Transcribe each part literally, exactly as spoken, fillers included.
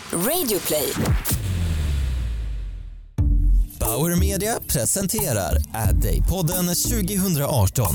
Radioplay. Bauer Media presenterar Ad Day-podden tjugo arton.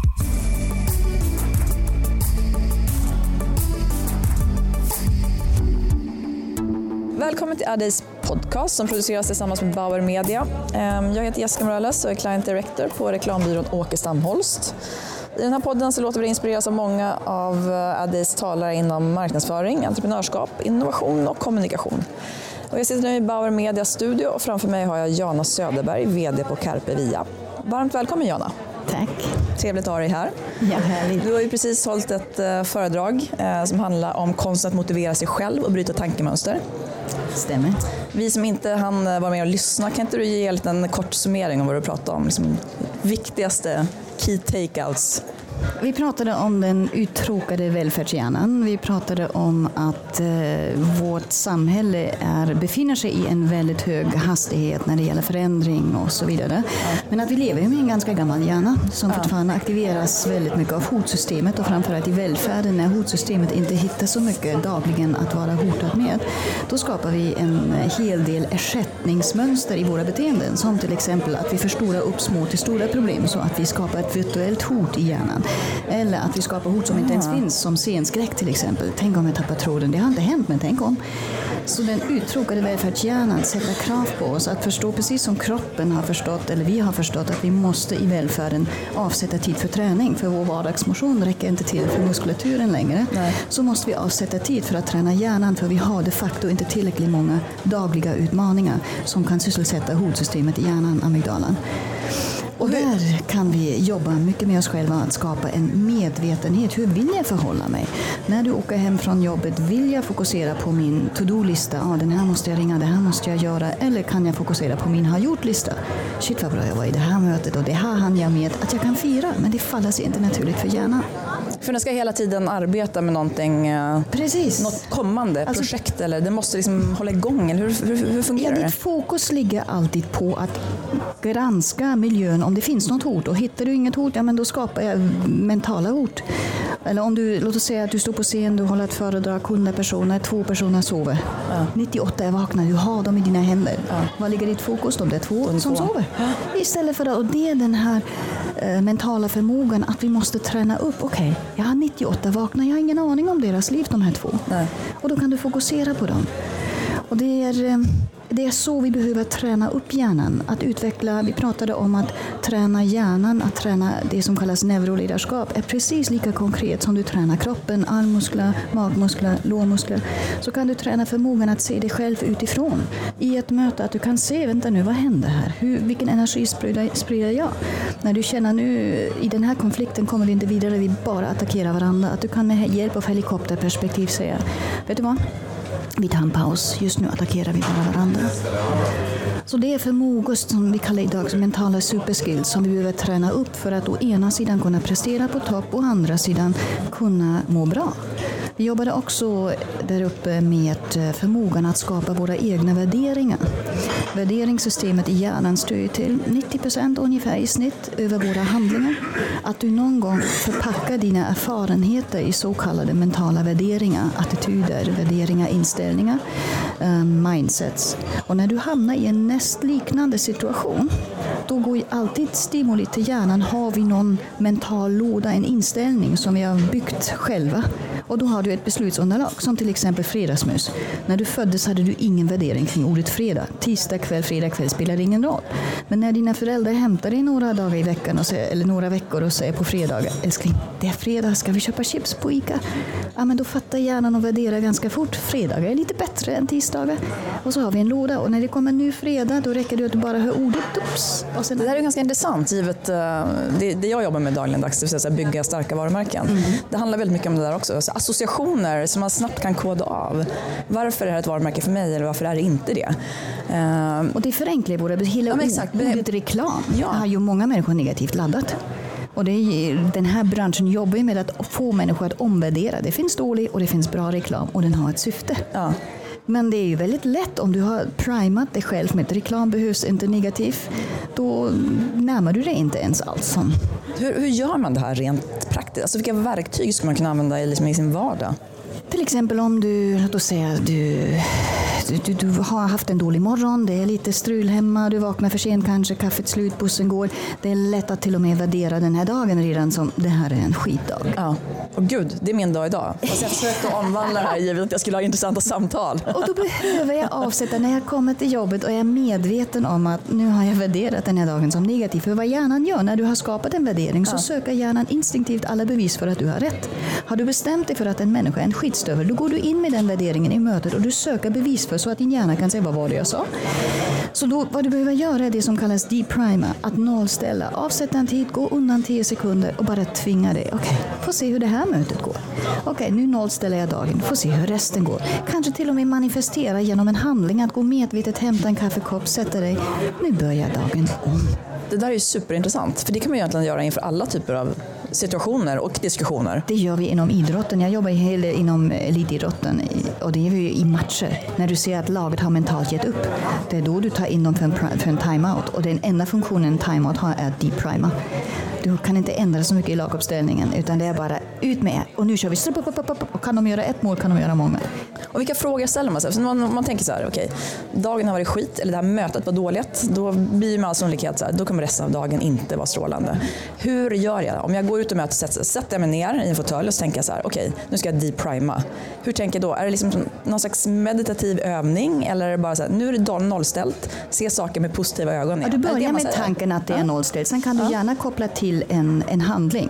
Välkommen till Ad Days podcast som produceras tillsammans med Bauer Media. Jag heter Jessica Morales och är Client Director på reklambyrån Åke Stamholst. I den här podden så låter vi inspireras av många av Ad Days talare inom marknadsföring, entreprenörskap, innovation och kommunikation. Och jag sitter nu i Bauer Media studio och framför mig har jag Jana Söderberg, vd på Carpe Via. Varmt välkommen Jana. Tack. Trevligt att ha dig här. Ja, härligt. Du har ju precis hållit ett uh, föredrag uh, som handlar om konsten att motivera sig själv och bryta tankemönster. Stämmer. Vi som inte hann vara med och lyssna, kan inte du ge en liten kort summering om vad du pratade om? Liksom, viktigaste key takeouts. Vi pratade om den uttråkade välfärdshjärnan. Vi pratade om att eh, vårt samhälle är, befinner sig i en väldigt hög hastighet när det gäller förändring och så vidare. Ja. Men att vi lever med en ganska gammal hjärna som ja. fortfarande aktiveras väldigt mycket av hotsystemet och framförallt i välfärden när hotsystemet inte hittar så mycket dagligen att vara hotad med. Då skapar vi en hel del ersättningsmönster i våra beteenden som till exempel att vi förstorar upp små till stora problem så att vi skapar ett virtuellt hot i hjärnan. Eller att vi skapar hot som inte ens finns, som scenskräck till exempel. Tänk om jag tappar tråden, det har inte hänt, men tänk om. Så den uttråkade välfärdshjärnan sätter krav på oss att förstå, precis som kroppen har förstått, eller vi har förstått, att vi måste i välfärden avsätta tid för träning. För vår vardagsmotion räcker inte till för muskulaturen längre. Nej. Så måste vi avsätta tid för att träna hjärnan, för vi har de facto inte tillräckligt många dagliga utmaningar som kan sysselsätta hotsystemet i hjärnan, amygdalan. Och där kan vi jobba mycket med oss själva att skapa en medvetenhet. Hur vill jag förhålla mig? När du åker hem från jobbet, vill jag fokusera på min to-do-lista? Ja, den här måste jag ringa, det här måste jag göra. Eller kan jag fokusera på min har-gjort-lista? Shit vad bra jag var i det här mötet och det här hann jag med. Att jag kan fira, men det faller sig inte naturligt för hjärnan. För den ska hela tiden arbeta med någonting, precis. Något kommande alltså, projekt eller det måste liksom hålla igång. Eller hur, hur, hur fungerar ja, det? Ditt fokus ligger alltid på att granska miljön om det finns något hot. Och hittar du inget hot, ja men då skapar jag mentala hot. Eller om du, låt oss säga att du står på scen, du håller ett föredrag, hundra personer, två personer sover. Ja. nittioåtta är vakna, du har dem i dina händer. Ja. Vad ligger ditt fokus? De är två De som två. sover. Ja. Istället för att, och det är den här eh, mentala förmågan att vi måste träna upp. Okej, okay, jag har nittioåtta vakna, jag har ingen aning om deras liv, de här två. Nej. Och då kan du fokusera på dem. Och det är... Eh, Det är så vi behöver träna upp hjärnan. Att utveckla, vi pratade om att träna hjärnan, att träna det som kallas neuroledarskap är precis lika konkret som du tränar kroppen, armmuskler, magmuskler, lårmuskler. Så kan du träna förmågan att se dig själv utifrån. I ett möte att du kan se, vänta nu, vad händer här? Hur, vilken energi sprider, sprider jag? När du känner nu, i den här konflikten kommer vi inte vidare, vi bara attackerar varandra. Att du kan med hjälp av helikopterperspektiv säga, vet du vad? Vi tar en paus. Just nu attackerar vi bara varandra. Så det är förmågor som vi kallar idag som mentala superskills som vi behöver träna upp för att å ena sidan kunna prestera på topp och å andra sidan kunna må bra. Vi jobbade också där uppe med förmågan att skapa våra egna värderingar. Värderingssystemet i hjärnan styr till nittio procent ungefär i snitt över våra handlingar. Att du någon gång förpackar dina erfarenheter i så kallade mentala värderingar, attityder, värderingar, inställningar, mindsets. Och när du hamnar i en näst liknande situation, då går ju alltid stimuli till hjärnan. Har vi någon mental låda, en inställning som vi har byggt själva? Och då har du ett beslutsunderlag, som till exempel fredagsmys. När du föddes hade du ingen värdering kring ordet fredag. Tisdag kväll, fredag kväll spelar ingen roll. Men när dina föräldrar hämtar dig några dagar i veckan och säger, eller några veckor och säger på fredagar, älskling, det är fredag, ska vi köpa chips på Ica? Ja, men då fattar hjärnan och värderar ganska fort. Fredagar är lite bättre än tisdagar. Och så har vi en låda. Och när det kommer en ny fredag, då räcker det att du bara hör ordet ups. Och sen... Det här är ganska intressant, givet uh, det, det jag jobbar med dagligen dags, det vill säga bygga starka varumärken. Mm. Det handlar väldigt mycket om det där också. Så associationer som man snabbt kan koda av. Varför är det här ett varumärke för mig eller varför är det inte det? Uh, och det förenklar våra hela ja, exakt. Ordet reklam. Ja. Har ju många människor negativt laddat. Och det är, den här branschen jobbar med att få människor att omvärdera. Det finns dålig och det finns bra reklam och den har ett syfte. Ja. Men det är ju väldigt lätt om du har primat dig själv med att reklam behövs inte negativt. Då närmar du dig inte ens alls som. Hur, hur gör man det här rent praktiskt? Alltså vilka verktyg ska man kunna använda i, liksom, i sin vardag? Till exempel om du, låt oss säga, du du, du har haft en dålig morgon, det är lite strul hemma, du vaknar för sent kanske, kaffet slut, bussen går. Det är lätt att till och med värdera den här dagen redan som det här är en skitdag. Ja, och gud, det är min dag idag. Fast jag försökte omvandla det här givet att jag skulle ha intressanta samtal. Och då behöver jag avsätta, när jag kommer till jobbet och jag är medveten om att nu har jag värderat den här dagen som negativ. För vad hjärnan gör när du har skapat en värdering så ja. söker hjärnan instinktivt alla bevis för att du har rätt. Har du bestämt dig för att en människa är en skitstövel, då går du in med den värderingen i mötet och du söker bevis för så att din hjärna kan säga vad var det jag sa. Så då, vad du behöver göra är det som kallas deprima, att nollställa, avsätta en tid, gå undan tio sekunder och bara tvinga dig. Okej, okay, får se hur det här mötet går. Okej, okay, nu nollställer jag dagen, får se hur resten går. Kanske till och med manifestera genom en handling, att gå medvetet, hämta en kaffekopp, sätta dig. Nu börjar dagen om. Det där är ju superintressant, för det kan man egentligen göra inför alla typer av situationer och diskussioner. Det gör vi inom idrotten. Jag jobbar hela inom elitidrotten och det är vi i matcher. När du ser att laget har mentalt gett upp, det är då du tar in dem för en, för en timeout. Och den enda funktionen en timeout har är deprima. Du kan inte ändra så mycket i laguppställningen utan det är bara ut med och nu kör vi. Och kan de göra ett mål kan de göra många. Och vilka frågor ställer man sig? Så man, man tänker så här, okej, okay, dagen har varit skit eller det här mötet var dåligt. Då blir man alltså sannolikhet så här, då kommer resten av dagen inte vara strålande. Hur gör jag? Om jag går ut och möter, sätter, sätter jag mig ner i en fåtölj och så tänker jag så här, okej, okay, nu ska jag deprima. Hur tänker jag då? Är det liksom någon slags meditativ övning eller är det bara så här, nu är det nollställt, se saker med positiva ögon? Ja, du börjar med tanken att det är nollställt. Sen kan du ja. gärna koppla till en, en handling.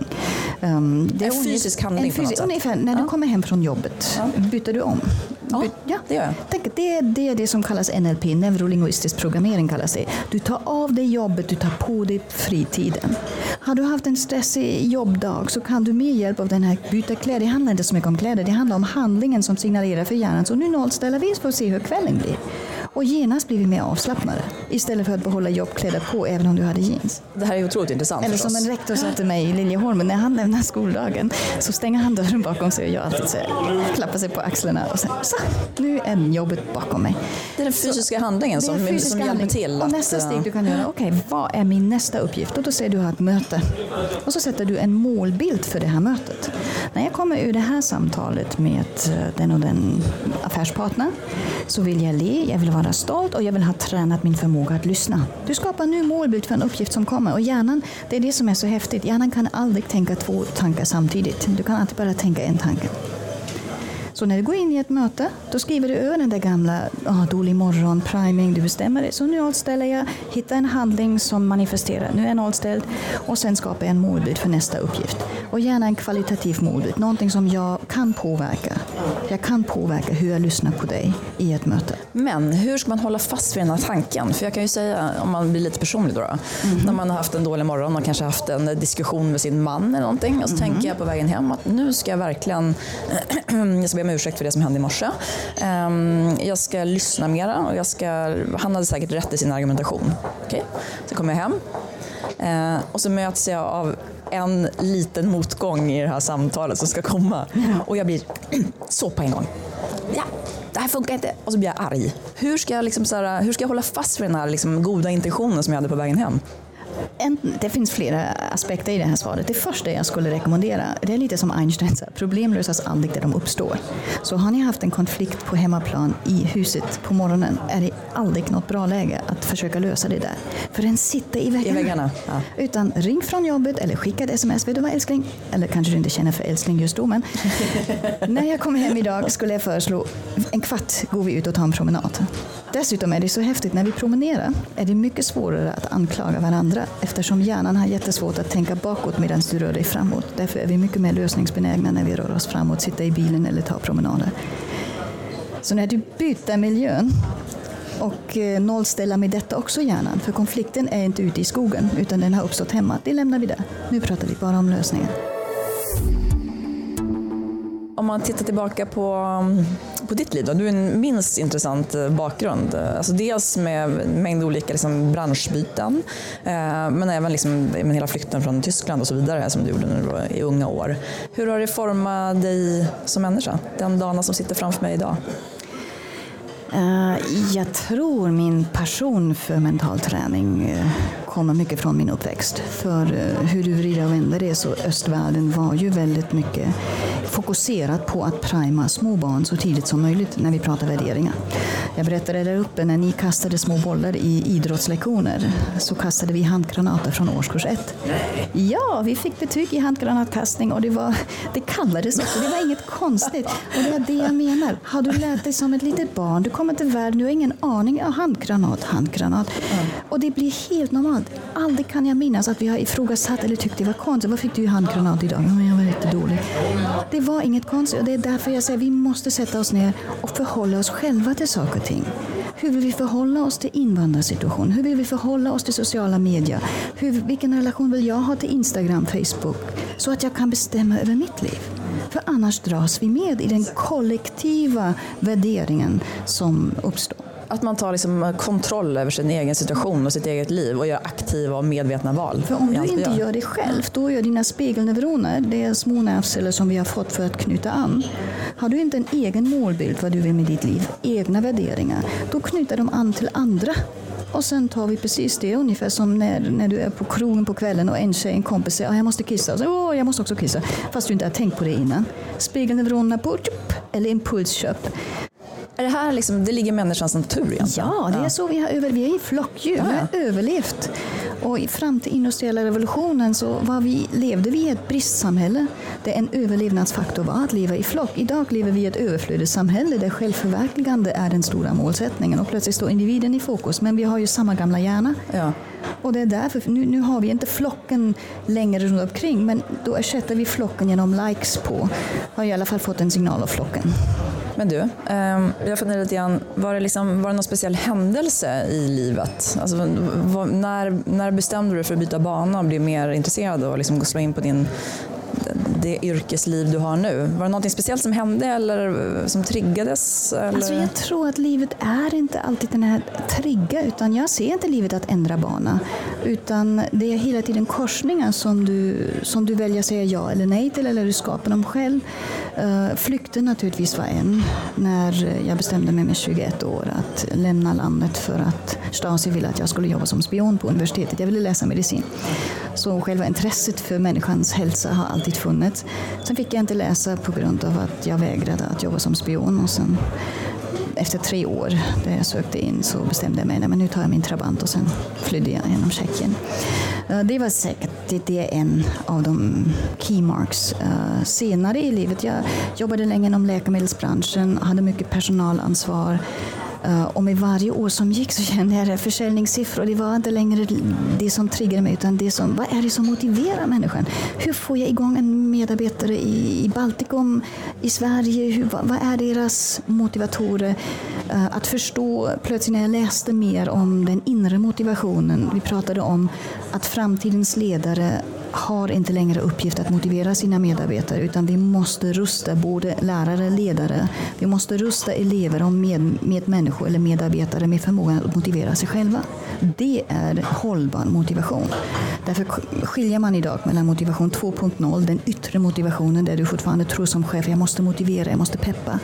Um, det är en fysisk handling en fysisk, ungefär, när ja. du kommer hem från jobbet, ja. byter du om. Ja, ja, det gör jag. Tänk, det, det är det som kallas N L P, neurolinguistisk programmering kallas det. Du tar av dig jobbet, du tar på dig fritiden. Har du haft en stressig jobbdag så kan du med hjälp av den här byta kläder, det handlar inte så mycket om kläder, det handlar om handlingen som signalerar för hjärnan. Så nu nollställer vi för att se hur kvällen blir. Och genast blir vi mer avslappnade istället för att behålla jobbkläder på även om du hade jeans. Det här är otroligt intressant. Eller som en rektor sa till mig i Liljeholmen när han lämnar skoldagen så stänger han dörren bakom sig och jag alltid så klappar sig på axlarna och säger så, nu är jobbet bakom mig. Det är den fysiska så, handlingen som, fysiska som hjälper till. Och nästa steg du kan göra, okej, okay, vad är min nästa uppgift? Och då säger du har ett möte. Och så sätter du en målbild för det här mötet. När jag kommer ur det här samtalet med den och den affärspartner så vill jag le, jag vill vara stolt och jag vill ha tränat min förmåga att lyssna. Du skapar nu målbild för en uppgift som kommer och hjärnan, det är det som är så häftigt. Hjärnan kan aldrig tänka två tankar samtidigt. Du kan alltid bara tänka en tanke. Så när du går in i ett möte, då skriver du över den där gamla oh, dålig morgon, priming, du bestämmer det. Så nu nollställer jag, hittar en handling som manifesterar. Nu är jag nollställd och sen skapar jag en målbild för nästa uppgift. Och gärna en kvalitativ målbild, någonting som jag kan påverka. Jag kan påverka hur jag lyssnar på dig i ett möte. Men hur ska man hålla fast vid den här tanken? För jag kan ju säga, om man blir lite personlig då, då mm-hmm. när man har haft en dålig morgon och kanske haft en diskussion med sin man eller någonting och så mm-hmm. tänker jag på vägen hem att nu ska jag verkligen jag ska be om ursäkt för det som hände i morse. Jag ska lyssna mera och jag ska, han hade säkert rätt i sin argumentation. Okay? Så kommer jag hem och så möts jag av en liten motgång i det här samtalet som ska komma. Och jag blir så på en gång. Ja, det här funkar inte. Och så blir jag arg. Hur ska jag, liksom så här, hur ska jag hålla fast vid den här liksom goda intentionen som jag hade på vägen hem? En, det finns flera aspekter i det här svaret. Det första jag skulle rekommendera, det är lite som Einstein sa, problem lösas aldrig där de uppstår. Så har ni haft en konflikt på hemmaplan i huset på morgonen är det aldrig något bra läge att försöka lösa det där. För den sitter i väggarna. I väggarna. Ja. Utan ring från jobbet eller skicka ett sms. Vet du vad, älskling? Eller kanske du inte känner för älskling just då, men när jag kommer hem idag skulle jag föreslå en kvart går vi ut och tar en promenad. Dessutom är det så häftigt, när vi promenerar är det mycket svårare att anklaga varandra eftersom hjärnan har jättesvårt att tänka bakåt medan du rör dig framåt. Därför är vi mycket mer lösningsbenägna när vi rör oss framåt, sitta i bilen eller ta promenader. Så när du byter miljön och nollställa med detta också hjärnan, för konflikten är inte ute i skogen utan den har uppstått hemma, det lämnar vi där. Nu pratar vi bara om lösningen. Om man tittar tillbaka på, på ditt liv då, du är en minst intressant bakgrund. Alltså dels med en mängd olika liksom, branschbyten eh, men även liksom, med hela flykten från Tyskland och så vidare som du gjorde när du var i unga år. Hur har det format dig som människa? Den Dana som sitter framför mig idag. Uh, jag tror min passion för mental träning uh, kommer mycket från min uppväxt. För uh, hur du vrider och vänder det så östvärlden var ju väldigt mycket fokuserat på att prima små barn så tidigt som möjligt när vi pratar värderingar. Jag berättade där uppe när ni kastade små bollar i idrottslektioner så kastade vi handgranater från årskurs ett. Ja, vi fick betyg i handgranatkastning och det, var, det kallades också. Det var inget konstigt. Och det är det jag menar. Har du lärt dig som ett litet barn, du kommer till världen, du har ingen aning av handgranat, handgranat. Mm. Och det blir helt normalt. Aldrig kan jag minnas att vi har ifrågasatt eller tyckt det var konstigt. Vad fick du i handgranat idag? Ja, jag var jättedålig. Det var inget konstigt och det är därför jag säger att vi måste sätta oss ner och förhålla oss själva till saker och ting. Hur vill vi förhålla oss till invandrarsituation? Hur vill vi förhålla oss till sociala medier? Hur, vilken relation vill jag ha till Instagram, Facebook? Så att jag kan bestämma över mitt liv. För annars dras vi med i den kollektiva värderingen som uppstår. Att man tar liksom kontroll över sin egen situation och sitt eget liv och gör aktiva och medvetna val. För om du inte gör det själv, då gör dina spegelneuroner, det är små nervceller som vi har fått för att knyta an. Har du inte en egen målbild vad du vill med ditt liv, egna värderingar, då knyter de an till andra. Och sen tar vi precis det, ungefär som när, när du är på krogen på kvällen och en tjej, en kompis säger, ah, jag måste kissa. Och så, åh, jag måste också kissa. Fast du inte har tänkt på det innan. Spegelneuronerna på, eller impulsköp. Är det här liksom, det ligger i människans natur egentligen? Ja, det är så vi har över, vi är i flockdjur, vi har överlevt. Och fram till industriella revolutionen så var vi, levde vi i ett bristsamhälle. Det är en överlevnadsfaktor var att leva i flock. Idag lever vi i ett överflödessamhälle där självförverkligande är den stora målsättningen. Och plötsligt står individen i fokus, men vi har ju samma gamla hjärna. Ja. Och det är därför, nu, nu har vi inte flocken längre runt omkring, men då ersätter vi flocken genom likes på. Har i alla fall fått en signal av flocken. Men du, eh, jag funderar lite grann, var det, liksom, var det någon speciell händelse i livet? Alltså, var, när, när bestämde du dig för att byta bana och bli mer intresserad och liksom slå in på din, det yrkesliv du har nu? Var det något speciellt som hände eller som triggades? Eller? Alltså jag tror att livet är inte alltid den här trigga, utan jag ser inte livet att ändra bana. Utan det är hela tiden korsningar som du, som du väljer att säga ja eller nej till, eller du skapar dem själv. Uh, flykten naturligtvis var en, när jag bestämde mig med tjugoett år att lämna landet för att Stasi ville att jag skulle jobba som spion på universitetet. Jag ville läsa medicin. Så själva intresset för människans hälsa har alltid funnits. Sen fick jag inte läsa på grund av att jag vägrade att jobba som spion. Och sen efter tre år där jag sökte in så bestämde jag mig, nej, men nu tar jag min trabant och sen flydde jag genom Tjeckien. Det var säkert det är en av de key marks. Senare i livet, jag jobbade länge inom läkemedelsbranschen, hade mycket personalansvar. Och med varje år som gick så kände jag försäljningssiffror. Det var inte längre det som triggade mig, utan det som, vad är det som motiverar människan? Hur får jag igång en medarbetare i, i Baltikum, i Sverige? Hur, vad, vad är deras motivatorer? Att förstå, plötsligt när jag läste mer om den inre motivationen. Vi pratade om att framtidens ledare har inte längre uppgift att motivera sina medarbetare, utan vi måste rusta både lärare och ledare. Vi måste rusta elever och med, med människor eller medarbetare med förmågan att motivera sig själva. Det är hållbar motivation. Därför skiljer man idag mellan motivation två punkt noll, den yttre motivationen där du fortfarande tror som chef, jag måste motivera, jag måste peppa.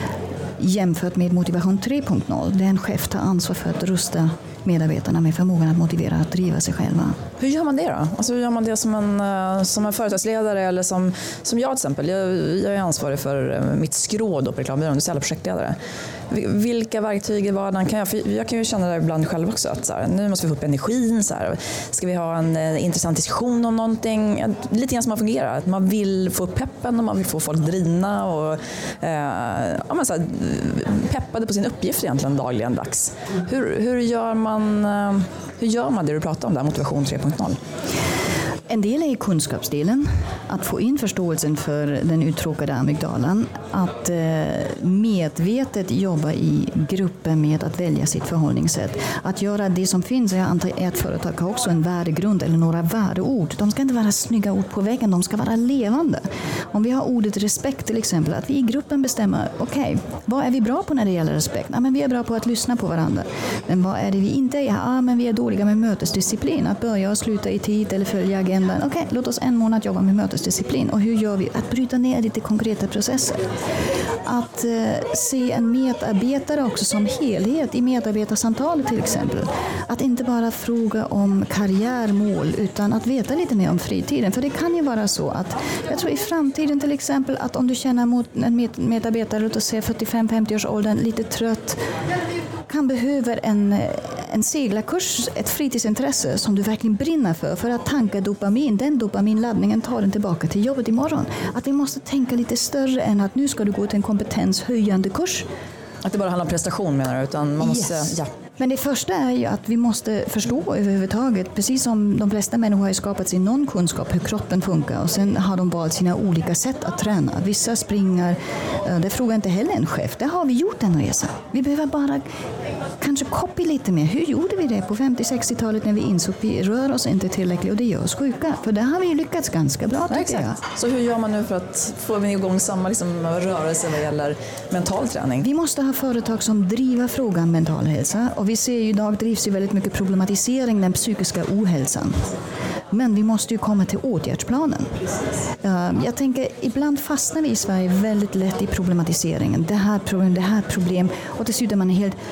Jämfört med motivation tre punkt noll, där en chef tar ansvar för att rusta medarbetarna med förmågan att motivera att driva sig själva. Hur gör man det då? Alltså, hur gör man det som en, som en företagsledare eller som, som jag till exempel? Jag, jag är ansvarig för mitt skrå då på reklambyrån, du är alla projektledare. Vilka verktyg i vardagen kan jag? För jag kan ju känna det ibland själv också att så här, nu måste vi få upp energin. Så här, ska vi ha en eh, intressant diskussion om någonting? Lite grann som man fungerar. Att man vill få upp peppen och man vill få folk drivna och eh, ja, men så här, peppade på sin uppgift egentligen dagligen dags. Hur, hur, gör man, eh, hur gör man det du pratar om där, motivation tre punkt noll? En del är kunskapsdelen, att få in förståelsen för den uttråkade amygdalan, att eh, medvetet jobba i grupper med att välja sitt förhållningssätt, att göra det som finns. Jag antar att ett företag har också en värdegrund eller några värdeord. De ska inte vara snygga ord på väggen, de ska vara levande. Om vi har ordet respekt till exempel, att vi i gruppen bestämmer, okej, okay, vad är vi bra på när det gäller respekt? Ja, men vi är bra på att lyssna på varandra. Men vad är det vi inte är? Ja, men vi är dåliga med mötesdisciplin, att börja och sluta i tid eller följa agendan. Okej, okay, låt oss en månad jobba med mötesdisciplin. Och hur gör vi? Att bryta ner lite konkreta processer. Att eh, se en medarbetare också som helhet i medarbetarsamtalet till exempel. Att inte bara fråga om karriärmål utan att veta lite mer om fritiden. För det kan ju vara så att, jag tror i framtiden till exempel, att om du känner mot en medarbetare, låt oss säga fyrtiofem femtio års åldern, lite trött, kan behöva en, en seglarkurs, ett fritidsintresse som du verkligen brinner för, för att tanka dopamin. Den dopaminladdningen tar den tillbaka till jobbet imorgon. Att vi måste tänka lite större än att nu ska du gå till en kompetenshöjande kurs. Att det bara handlar om prestation menar du? Utan man måste, yes. ja. Men det första är ju att vi måste förstå överhuvudtaget, precis som de flesta människor har skapat sin någon kunskap hur kroppen funkar och sen har de valt sina olika sätt att träna. Vissa springer, det frågar inte heller en chef, det har vi gjort en resa. Vi behöver bara kanske koppla lite mer. Hur gjorde vi det på femtio-sextiotalet när vi insåg att vi rör oss inte tillräckligt och det gör oss sjuka? För det har vi ju lyckats ganska bra tycker Exakt. jag. Så hur gör man nu för att få igång samma liksom, rörelse vad gäller mental träning? Vi måste ha företag som driver frågan mental hälsa och vi ser ju idag drivs ju väldigt mycket problematisering den psykiska ohälsan. Men vi måste ju komma till åtgärdsplanen. Jag tänker, ibland fastnar vi i Sverige väldigt lätt i problematiseringen. Det här problem, det här problem och till slut är man helt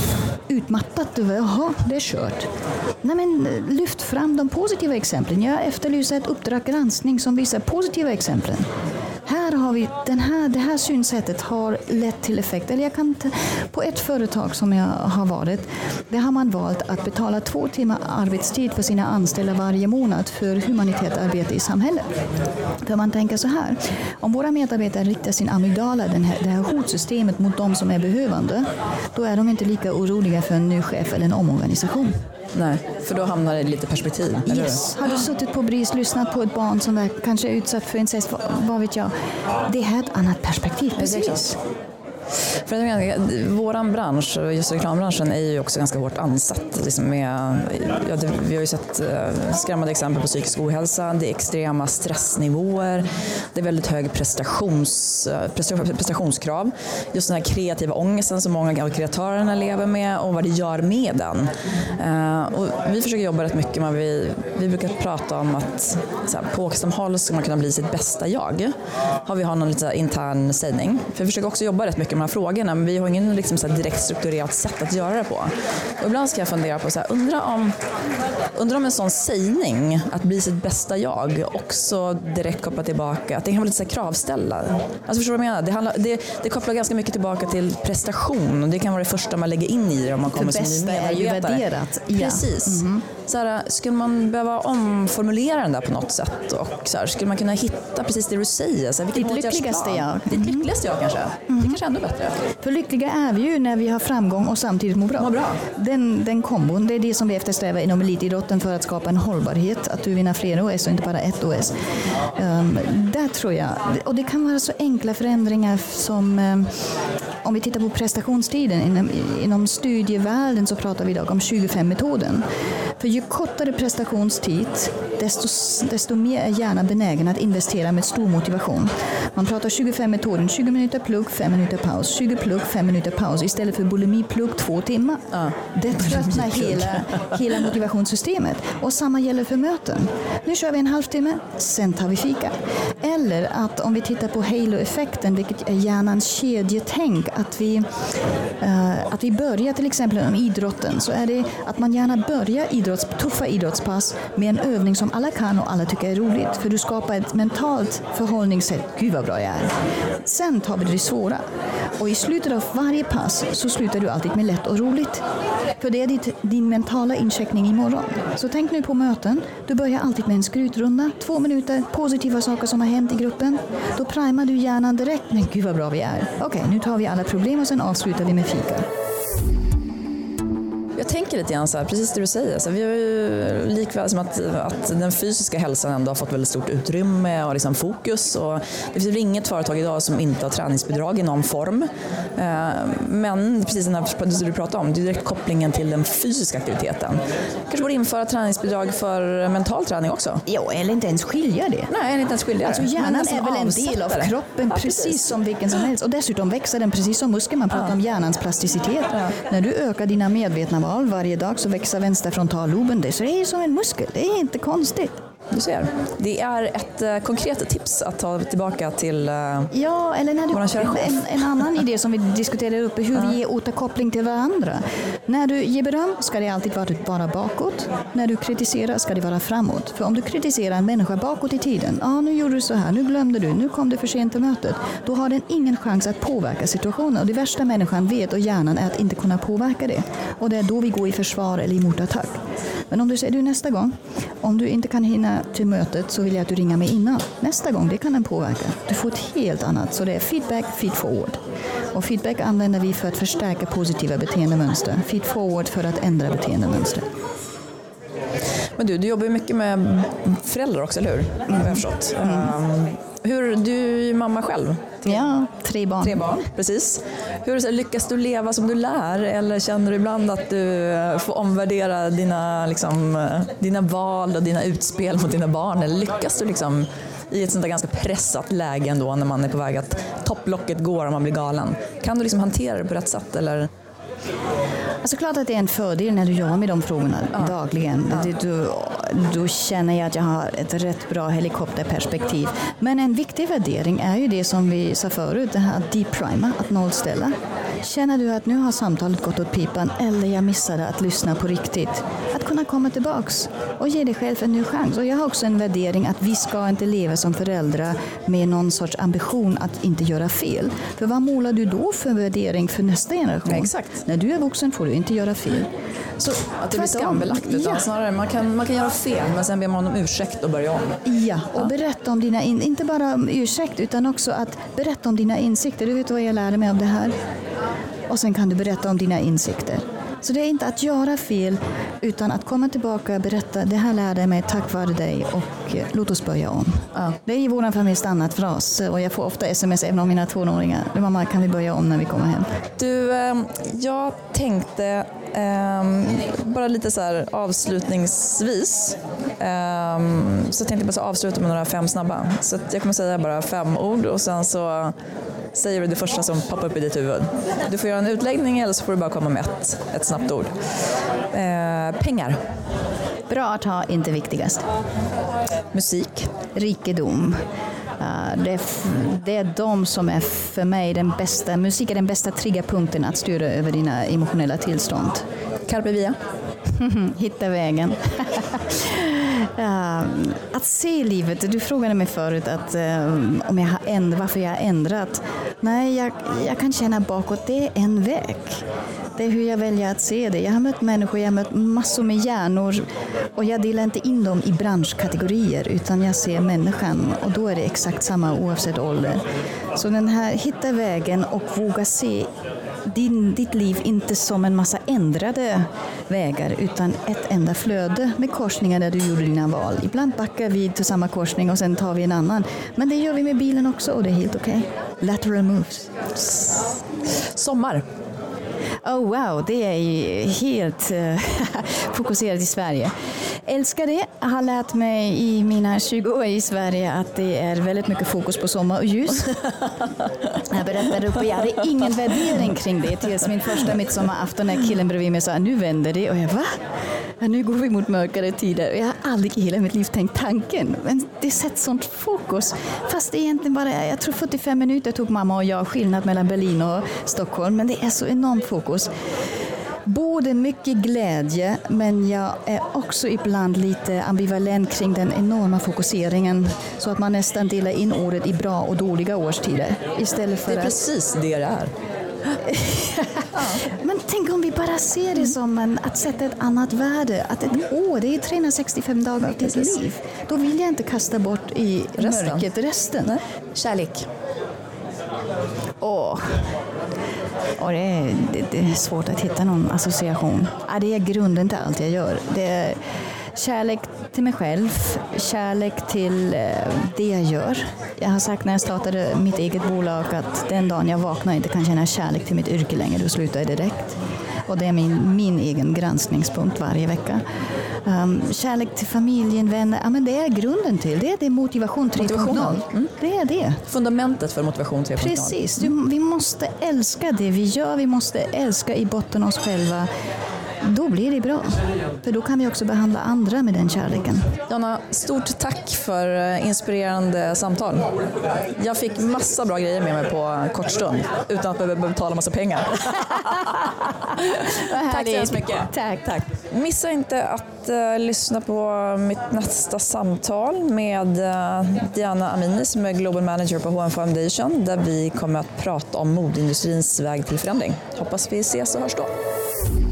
utmattat över, jaha, det är kört. Nej men lyft fram de positiva exemplen. Jag efterlyser ett uppdrag granskning som visar positiva exemplen. Här har vi, den här, det här synsättet har lett till effekt. Eller jag kan t- på ett företag som jag har varit, där har man valt att betala två timmar arbetstid för sina anställda varje månad för humanitärt arbete i samhället. För man tänker så här, om våra medarbetare riktar sin amygdala, den här, det här hotsystemet mot de som är behövande, då är de inte lika oroliga för en ny chef eller en omorganisation. Nej, för då hamnar det i lite perspektiv. Yes. Har du suttit på BRIS, lyssnat på ett barn som är kanske är utsatt för incest, vad, vad vet jag. Det är ett annat perspektiv. Precis. För jag menar, våran bransch, just reklambranschen, är ju också ganska hårt ansatt. Liksom med, ja, det, vi har ju sett uh, skrämmande exempel på psykisk ohälsa, det är extrema stressnivåer, det är väldigt hög prestations, uh, prestationskrav. Just den här kreativa ångesten som många av kreatörerna lever med och vad det gör med den. Uh, och vi försöker jobba rätt mycket med, vi, vi brukar prata om att så här, på Åkestamhåll ska man kunna bli sitt bästa jag. Har vi har någon lite intern sägning. För vi försöker också jobba rätt mycket med de här frågorna, men vi har ingen liksom så här direkt strukturerat sätt att göra det på. Och ibland ska jag fundera på så här, undra om, undra om en sån sägning, att bli sitt bästa jag, också direkt koppla tillbaka, att det kan vara lite så här kravställa. Alltså förstår du vad jag menar? Det, handlar, det, det kopplar ganska mycket tillbaka till prestation och det kan vara det första man lägger in i det om man kommer som ny medarbetare. För bästa är ju värderat. Ja. Precis. Mm-hmm. Så här, skulle man behöva omformulera den där på något sätt och så här, skulle man kunna hitta precis det du säger? Så här, ditt lyckligaste jag. Ditt lyckligaste jag kanske. Mm-hmm. Det kanske är ännu bättre. För lyckliga är vi ju när vi har framgång och samtidigt mår bra. Må bra. Den, den kombon, det är det som vi eftersträvar inom elitidrotten för att skapa en hållbarhet. Att du vinner fler O S och inte bara ett O S. Um, där tror jag. Och det kan vara så enkla förändringar som um, om vi tittar på prestationstiden. Inom, inom studievärlden så pratar vi idag om tjugofem-metoden. För ju kortare prestationstid, desto, desto mer är hjärnan benägen att investera med stor motivation. Man pratar tjugofem-metoden, tjugo minuter plugg, fem minuter paus, tjugo plugg, fem minuter paus istället för bulimiplugg, två timmar. Ja. Det tröttnar hela, hela motivationssystemet. Och samma gäller för möten. Nu kör vi en halvtimme, sen tar vi fika. Eller att om vi tittar på halo-effekten, vilket är hjärnans kedjetänk, att vi, uh, att vi börjar till exempel om idrotten, så är det att man gärna börjar idrotts, tuffa idrottspass med en övning som alla kan och alla tycker är roligt. För du skapar ett mentalt förhållningssätt. Gud vad bra jag är. Sen tar vi det svåra. Och i slutet av varje pass så slutar du alltid med lätt och roligt. För det är ditt, din mentala incheckning imorgon. Så tänk nu på möten. Du börjar alltid med en skrytrunda. Två minuter, positiva saker som har hänt i gruppen. Då primar du hjärnan direkt. Men gud vad bra vi är. Okej, nu tar vi alla problem och sen avslutar vi med fika. Jag tänker lite grann så här, precis det du säger. Så vi har ju likväl som att, att den fysiska hälsan ändå har fått väldigt stort utrymme och liksom fokus. Och det finns inget företag idag som inte har träningsbidrag i någon form. Men precis den här du pratar om, det är direkt kopplingen till den fysiska aktiviteten. Kanske borde införa träningsbidrag för mental träning också. Ja, eller inte ens skilja det. Nej, eller inte ens skilja det. Alltså hjärnan är väl en del av kroppen, ja, precis. precis som vilken som helst. Och dessutom växer den precis som muskeln. Man pratar ja. om hjärnans plasticitet. Ja. När du ökar dina medvetna val varje dag så växer vänstra frontalloben. Det så det är som en muskel. Det är inte konstigt. du ser. Det är ett eh, konkret tips att ta tillbaka till eh, Ja, eller när du, en, en annan idé som vi diskuterade uppe, hur vi ger återkoppling till varandra. När du ger beröm ska det alltid vara, vara bakåt. När du kritiserar ska det vara framåt. För om du kritiserar en människa bakåt i tiden, ja ah, nu gjorde du så här, nu glömde du, nu kom du för sent till mötet. Då har den ingen chans att påverka situationen. Och det värsta människan vet och hjärnan är att inte kunna påverka det. Och det är då vi går i försvar eller i motattack. Men om du säger du nästa gång, om du inte kan hinna till mötet så vill jag att du ringer mig innan. Nästa gång, det kan den påverka. Du får ett helt annat. Så det är feedback, feed forward. Och feedback använder vi för att förstärka positiva beteendemönster. Feed forward för att ändra beteendemönster. Men du, du jobbar ju mycket med föräldrar också, eller hur? Mm. Har jag förstått. Mm. Um, hur, du är ju mamma själv. Ja, tre barn. Tre barn, precis. Hur lyckas du leva som du lär? Eller känner du ibland att du får omvärdera dina, liksom, dina val och dina utspel mot dina barn? Eller lyckas du liksom i ett sånt där ganska pressat läge ändå när man är på väg att topplocket går och man blir galen? Kan du liksom hantera det på rätt sätt? Eller? Alltså klart att det är en fördel när du jobbar med de frågorna ja. dagligen. Ja. Då, då känner jag att jag har ett rätt bra helikopterperspektiv. Men en viktig värdering är ju det som vi sa förut, det här att deprima, att nollställa. Känner du att nu har samtalet gått åt pipan eller jag missade att lyssna på riktigt? Att kunna komma tillbaks och ge dig själv en ny chans. Och jag har också en värdering att vi ska inte leva som föräldrar med någon sorts ambition att inte göra fel. För vad målar du då för värdering för nästa generation? Ja, exakt. När du är vuxen får du inte göra fel. Så att det blir skambelagt utan ja. snarare man kan, man kan göra fel men sen ber man om ursäkt och börja om. Ja, och ja. berätta om dina, in, inte bara om ursäkt utan också att berätta om dina insikter. Du vet vad jag lärde mig av det här. Och sen kan du berätta om dina insikter. Så det är inte att göra fel utan att komma tillbaka och berätta det här lärde jag mig tack vare dig och låt oss börja om. Ja. Det är i vår familj standardfras och jag får ofta sms även av mina tvååringar. Mamma, kan vi börja om när vi kommer hem? Du, jag tänkte Um, bara lite så här avslutningsvis um, så tänkte jag bara så avsluta med några fem snabba. Så att jag kommer säga bara fem ord och sen så säger du det första som poppar upp i ditt huvud. Du får göra en utläggning eller så får du bara komma med ett, ett snabbt ord. Uh, pengar. Bra att ha, inte viktigast. Musik. Rikedom. Uh, det, är f- det är de som är för mig den bästa, musik är den bästa triggerpunkten att styra över dina emotionella tillstånd. Carpe via. Hitta vägen. uh, att se livet, du frågade mig förut att, uh, om jag har änd- varför jag har ändrat. Nej, jag, jag kan känna bakåt, det är en väg. Det är hur jag väljer att se det. Jag har mött människor, jag har mött massor med hjärnor och jag delar inte in dem i branschkategorier utan jag ser människan och då är det exakt samma oavsett ålder. Så den här, hitta vägen och våga se din, ditt liv inte som en massa ändrade vägar utan ett enda flöde med korsningar där du gjorde dina val. Ibland backar vi till samma korsning och sen tar vi en annan. Men det gör vi med bilen också och det är helt okej. Okay. Lateral moves. Sommar. Oh wow, det är ju helt uh, fokuserat i Sverige. Älskar det. Jag har lärt mig i mina tjugo år i Sverige att det är väldigt mycket fokus på sommar och ljus. Jag berättade uppe, jag hade ingen värdering kring det tills min första midsommarafton när killen bredvid mig sa nu vänder det och jag va? Nu går vi mot mörkare tider. Jag har aldrig i hela mitt liv tänkt tanken. Men det sätter sånt fokus. Fast det är egentligen bara, jag tror fyrtiofem minuter tog mamma och jag skillnad mellan Berlin och Stockholm. Men det är så enormt fokus. Både mycket glädje men jag är också ibland lite ambivalent kring den enorma fokuseringen. Så att man nästan delar in året i bra och dåliga årstider. Istället för det är precis det det är. Men tänk om vi bara ser det som en, att sätta ett annat värde. Att ett år, det är trehundrasextiofem dagar av ditt liv. Då vill jag inte kasta bort i resten. mörkret resten. Nej. Kärlek. Åh. Och det, är, det, det är svårt att hitta någon association. Ja, det är grunden till allt jag gör. Det är kärlek till mig själv, kärlek till det jag gör. Jag har sagt när jag startade mitt eget bolag att den dagen jag vaknar inte kan känna kärlek till mitt yrke längre, då slutar jag direkt. Och det är min, min egen granskningspunkt varje vecka. Um, kärlek till familjen, vänner, ja, men det är grunden till. Det är det motivation tre punkt noll. Mm. Det är det. Fundamentet för motivation tre punkt noll. Precis. Du, vi måste älska det vi gör. Vi måste älska i botten oss själva. då blir det bra. För då kan vi också behandla andra med den kärleken. Jonna, stort tack för inspirerande samtal. Jag fick massa bra grejer med mig på kort stund utan att behöva betala massa pengar. Tack så hemskt mycket. Tack. Tack. Missa inte att uh, lyssna på mitt nästa samtal med uh, Diana Amini som är Global Manager på H and M Foundation, där vi kommer att prata om modeindustrins väg till förändring. Hoppas vi ses och hörs då.